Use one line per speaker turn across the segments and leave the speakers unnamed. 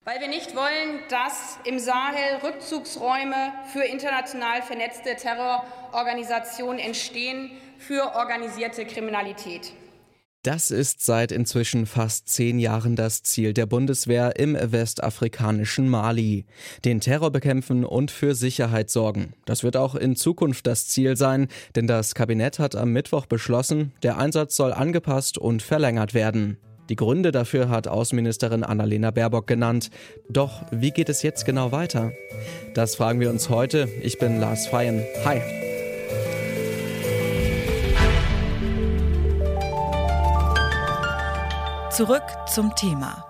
Weil wir nicht wollen, dass im Sahel Rückzugsräume für international vernetzte Terrororganisationen entstehen, für organisierte Kriminalität.
Das ist seit inzwischen fast 10 Jahren das Ziel der Bundeswehr im westafrikanischen Mali. Den Terror bekämpfen und für Sicherheit sorgen. Das wird auch in Zukunft das Ziel sein, denn das Kabinett hat am Mittwoch beschlossen, der Einsatz soll angepasst und verlängert werden. Die Gründe dafür hat Außenministerin Annalena Baerbock genannt. Doch wie geht es jetzt genau weiter? Das fragen wir uns heute. Ich bin Lars Feyen. Hi.
Zurück zum Thema.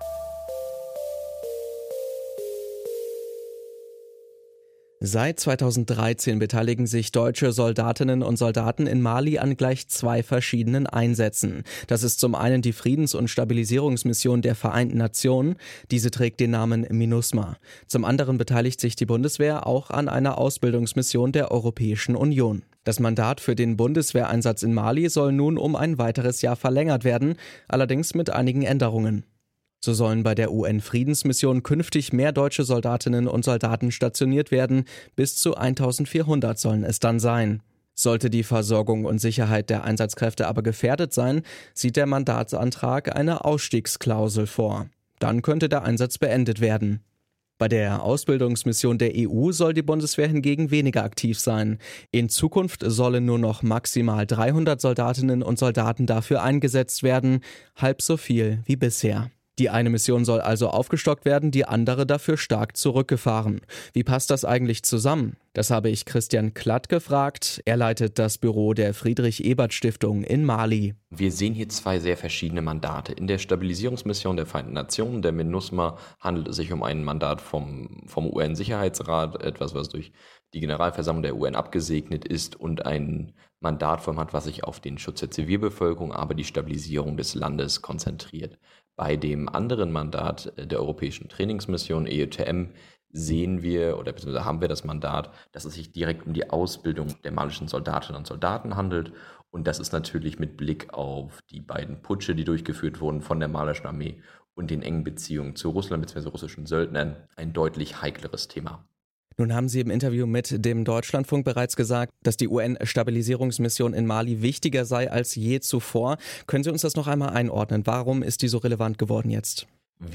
Seit 2013 beteiligen sich deutsche Soldatinnen und Soldaten in Mali an gleich 2 verschiedenen Einsätzen. Das ist zum einen die Friedens- und Stabilisierungsmission der Vereinten Nationen. Diese trägt den Namen MINUSMA. Zum anderen beteiligt sich die Bundeswehr auch an einer Ausbildungsmission der Europäischen Union. Das Mandat für den Bundeswehreinsatz in Mali soll nun um ein weiteres Jahr verlängert werden, allerdings mit einigen Änderungen. So sollen bei der UN-Friedensmission künftig mehr deutsche Soldatinnen und Soldaten stationiert werden, bis zu 1400 sollen es dann sein. Sollte die Versorgung und Sicherheit der Einsatzkräfte aber gefährdet sein, sieht der Mandatsantrag eine Ausstiegsklausel vor. Dann könnte der Einsatz beendet werden. Bei der Ausbildungsmission der EU soll die Bundeswehr hingegen weniger aktiv sein. In Zukunft sollen nur noch maximal 300 Soldatinnen und Soldaten dafür eingesetzt werden, halb so viel wie bisher. Die eine Mission soll also aufgestockt werden, die andere dafür stark zurückgefahren. Wie passt das eigentlich zusammen? Das habe ich Christian Klatt gefragt. Er leitet das Büro der Friedrich-Ebert-Stiftung in Mali.
Wir sehen hier 2 sehr verschiedene Mandate. In der Stabilisierungsmission der Vereinten Nationen, der MINUSMA, handelt es sich um ein Mandat vom UN-Sicherheitsrat, etwas, was durch die Generalversammlung der UN abgesegnet ist, und ein Mandat hat, was sich auf den Schutz der Zivilbevölkerung, aber die Stabilisierung des Landes konzentriert. Bei dem anderen Mandat der Europäischen Trainingsmission EUTM sehen wir oder beziehungsweise haben wir das Mandat, dass es sich direkt um die Ausbildung der malischen Soldatinnen und Soldaten handelt. Und das ist natürlich mit Blick auf die beiden Putsche, die durchgeführt wurden von der malischen Armee und den engen Beziehungen zu Russland bzw. russischen Söldnern ein deutlich heikleres Thema.
Nun haben Sie im Interview mit dem Deutschlandfunk bereits gesagt, dass die UN-Stabilisierungsmission in Mali wichtiger sei als je zuvor. Können Sie uns das noch einmal einordnen? Warum ist die so relevant geworden jetzt?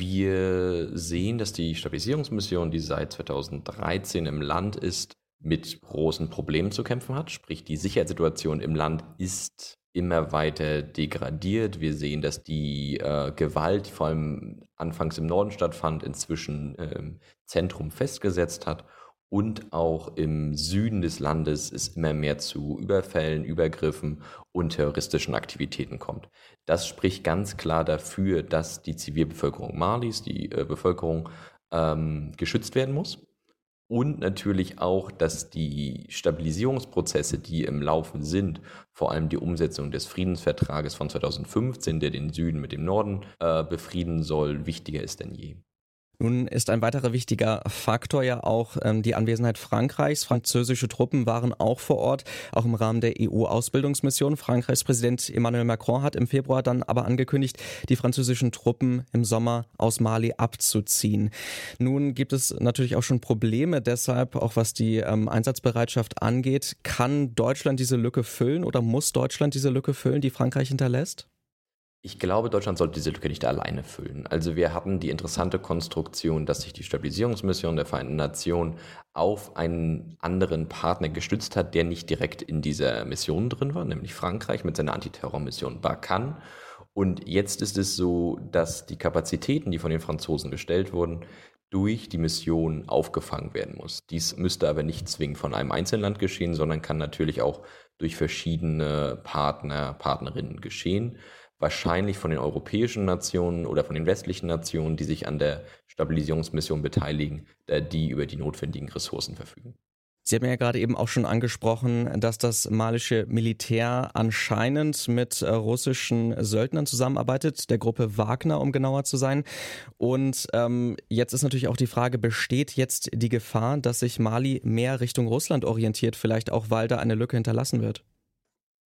Wir sehen, dass die Stabilisierungsmission, die seit 2013 im Land ist, mit großen Problemen zu kämpfen hat. Sprich, die Sicherheitssituation im Land ist immer weiter degradiert. Wir sehen, dass die Gewalt, die vor allem anfangs im Norden stattfand, inzwischen im Zentrum festgesetzt hat. Und auch im Süden des Landes es immer mehr zu Überfällen, Übergriffen und terroristischen Aktivitäten kommt. Das spricht ganz klar dafür, dass die Zivilbevölkerung Malis, die Bevölkerung, geschützt werden muss. Und natürlich auch, dass die Stabilisierungsprozesse, die im Laufen sind, vor allem die Umsetzung des Friedensvertrages von 2015, der den Süden mit dem Norden befrieden soll, wichtiger ist denn je.
Nun ist ein weiterer wichtiger Faktor ja auch die Anwesenheit Frankreichs. Französische Truppen waren auch vor Ort, auch im Rahmen der EU-Ausbildungsmission. Frankreichs Präsident Emmanuel Macron hat im Februar dann aber angekündigt, die französischen Truppen im Sommer aus Mali abzuziehen. Nun gibt es natürlich auch schon Probleme, deshalb auch was die Einsatzbereitschaft angeht. Kann Deutschland diese Lücke füllen oder muss Deutschland diese Lücke füllen, die Frankreich hinterlässt?
Ich glaube, Deutschland sollte diese Lücke nicht alleine füllen. Also wir hatten die interessante Konstruktion, dass sich die Stabilisierungsmission der Vereinten Nationen auf einen anderen Partner gestützt hat, der nicht direkt in dieser Mission drin war, nämlich Frankreich mit seiner Antiterrormission Barkhane. Und jetzt ist es so, dass die Kapazitäten, die von den Franzosen gestellt wurden, durch die Mission aufgefangen werden muss. Dies müsste aber nicht zwingend von einem Einzelland geschehen, sondern kann natürlich auch durch verschiedene Partnerinnen geschehen. Wahrscheinlich von den europäischen Nationen oder von den westlichen Nationen, die sich an der Stabilisierungsmission beteiligen, da die über die notwendigen Ressourcen verfügen.
Sie haben ja gerade eben auch schon angesprochen, dass das malische Militär anscheinend mit russischen Söldnern zusammenarbeitet, der Gruppe Wagner, um genauer zu sein. Und jetzt ist natürlich auch die Frage, besteht jetzt die Gefahr, dass sich Mali mehr Richtung Russland orientiert, vielleicht auch, weil da eine Lücke hinterlassen wird?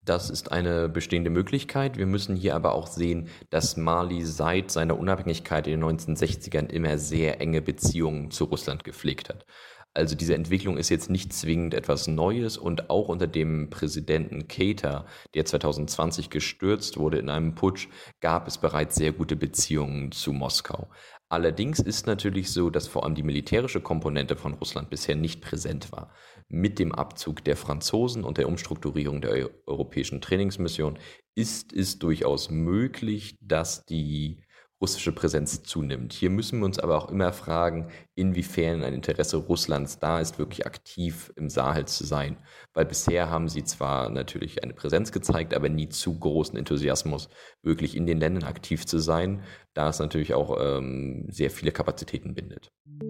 Das ist eine bestehende Möglichkeit. Wir müssen hier aber auch sehen, dass Mali seit seiner Unabhängigkeit in den 1960ern immer sehr enge Beziehungen zu Russland gepflegt hat. Also diese Entwicklung ist jetzt nicht zwingend etwas Neues und auch unter dem Präsidenten Keïta, der 2020 gestürzt wurde in einem Putsch, gab es bereits sehr gute Beziehungen zu Moskau. Allerdings ist natürlich so, dass vor allem die militärische Komponente von Russland bisher nicht präsent war. Mit dem Abzug der Franzosen und der Umstrukturierung der europäischen Trainingsmission ist es durchaus möglich, dass die russische Präsenz zunimmt. Hier müssen wir uns aber auch immer fragen, inwiefern ein Interesse Russlands da ist, wirklich aktiv im Sahel zu sein. Weil bisher haben sie zwar natürlich eine Präsenz gezeigt, aber nie zu großen Enthusiasmus, wirklich in den Ländern aktiv zu sein, da es natürlich auch sehr viele Kapazitäten bindet.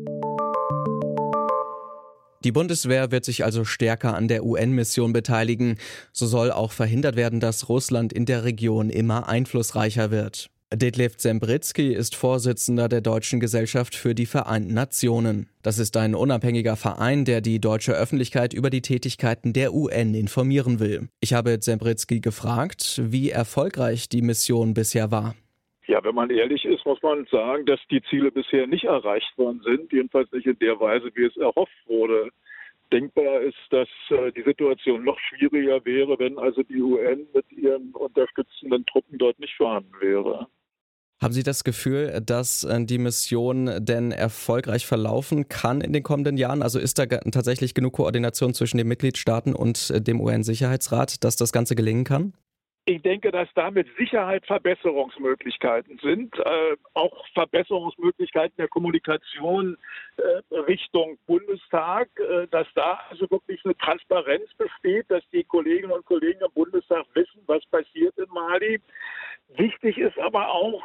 Die Bundeswehr wird sich also stärker an der UN-Mission beteiligen. So soll auch verhindert werden, dass Russland in der Region immer einflussreicher wird. Detlef Zembritsky ist Vorsitzender der Deutschen Gesellschaft für die Vereinten Nationen. Das ist ein unabhängiger Verein, der die deutsche Öffentlichkeit über die Tätigkeiten der UN informieren will. Ich habe Zembritsky gefragt, wie erfolgreich die Mission bisher war.
Ja, wenn man ehrlich ist, muss man sagen, dass die Ziele bisher nicht erreicht worden sind, jedenfalls nicht in der Weise, wie es erhofft wurde. Denkbar ist, dass die Situation noch schwieriger wäre, wenn also die UN mit ihren unterstützenden Truppen dort nicht vorhanden wäre.
Haben Sie das Gefühl, dass die Mission denn erfolgreich verlaufen kann in den kommenden Jahren? Also ist da tatsächlich genug Koordination zwischen den Mitgliedstaaten und dem UN-Sicherheitsrat, dass das Ganze gelingen kann?
Ich denke, dass da mit Sicherheit Verbesserungsmöglichkeiten sind, auch Verbesserungsmöglichkeiten der Kommunikation Richtung Bundestag, dass da also wirklich eine Transparenz besteht, dass die Kolleginnen und Kollegen im Bundestag wissen, was passiert in Mali. Wichtig ist aber auch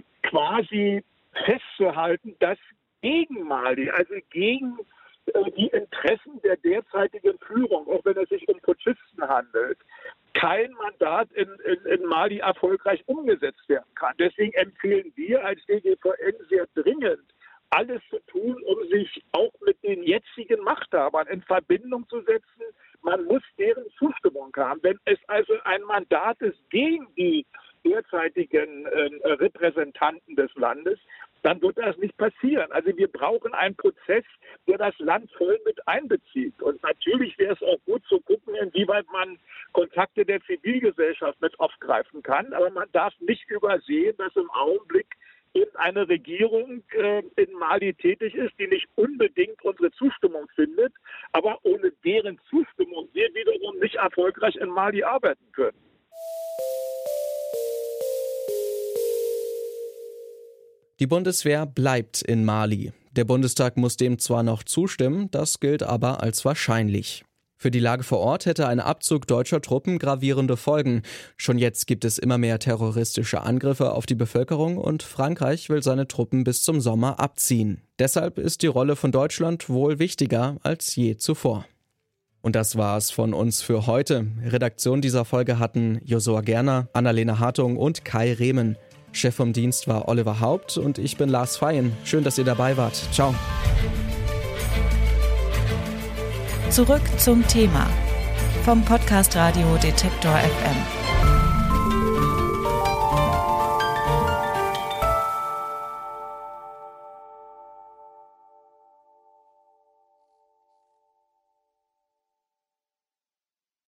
quasi festzuhalten, dass gegen Mali, also gegen die Interessen der derzeitigen Führung, auch wenn es sich um Putschisten handelt, kein Mandat in Mali erfolgreich umgesetzt werden kann. Deswegen empfehlen wir als DGVN sehr dringend, alles zu tun, um sich auch mit den jetzigen Machthabern in Verbindung zu setzen. Man muss deren Zustimmung haben. Wenn es also ein Mandat ist gegen die derzeitigen Repräsentanten des Landes, dann wird das nicht passieren. Also wir brauchen einen Prozess, der das Land voll mit einbezieht. Und natürlich wäre es auch gut zu gucken, inwieweit man Kontakte der Zivilgesellschaft mit aufgreifen kann. Aber man darf nicht übersehen, dass im Augenblick eben eine Regierung in Mali tätig ist, die nicht unbedingt unsere Zustimmung findet, aber ohne deren Zustimmung wir wiederum nicht erfolgreich in Mali arbeiten können.
Die Bundeswehr bleibt in Mali. Der Bundestag muss dem zwar noch zustimmen, das gilt aber als wahrscheinlich. Für die Lage vor Ort hätte ein Abzug deutscher Truppen gravierende Folgen. Schon jetzt gibt es immer mehr terroristische Angriffe auf die Bevölkerung und Frankreich will seine Truppen bis zum Sommer abziehen. Deshalb ist die Rolle von Deutschland wohl wichtiger als je zuvor. Und das war's von uns für heute. Redaktion dieser Folge hatten Josua Gerner, Annalena Hartung und Kai Rehmen. Chef vom Dienst war Oliver Haupt und ich bin Lars Feyen. Schön, dass ihr dabei wart. Ciao.
Zurück zum Thema vom Podcast Radio Detektor FM.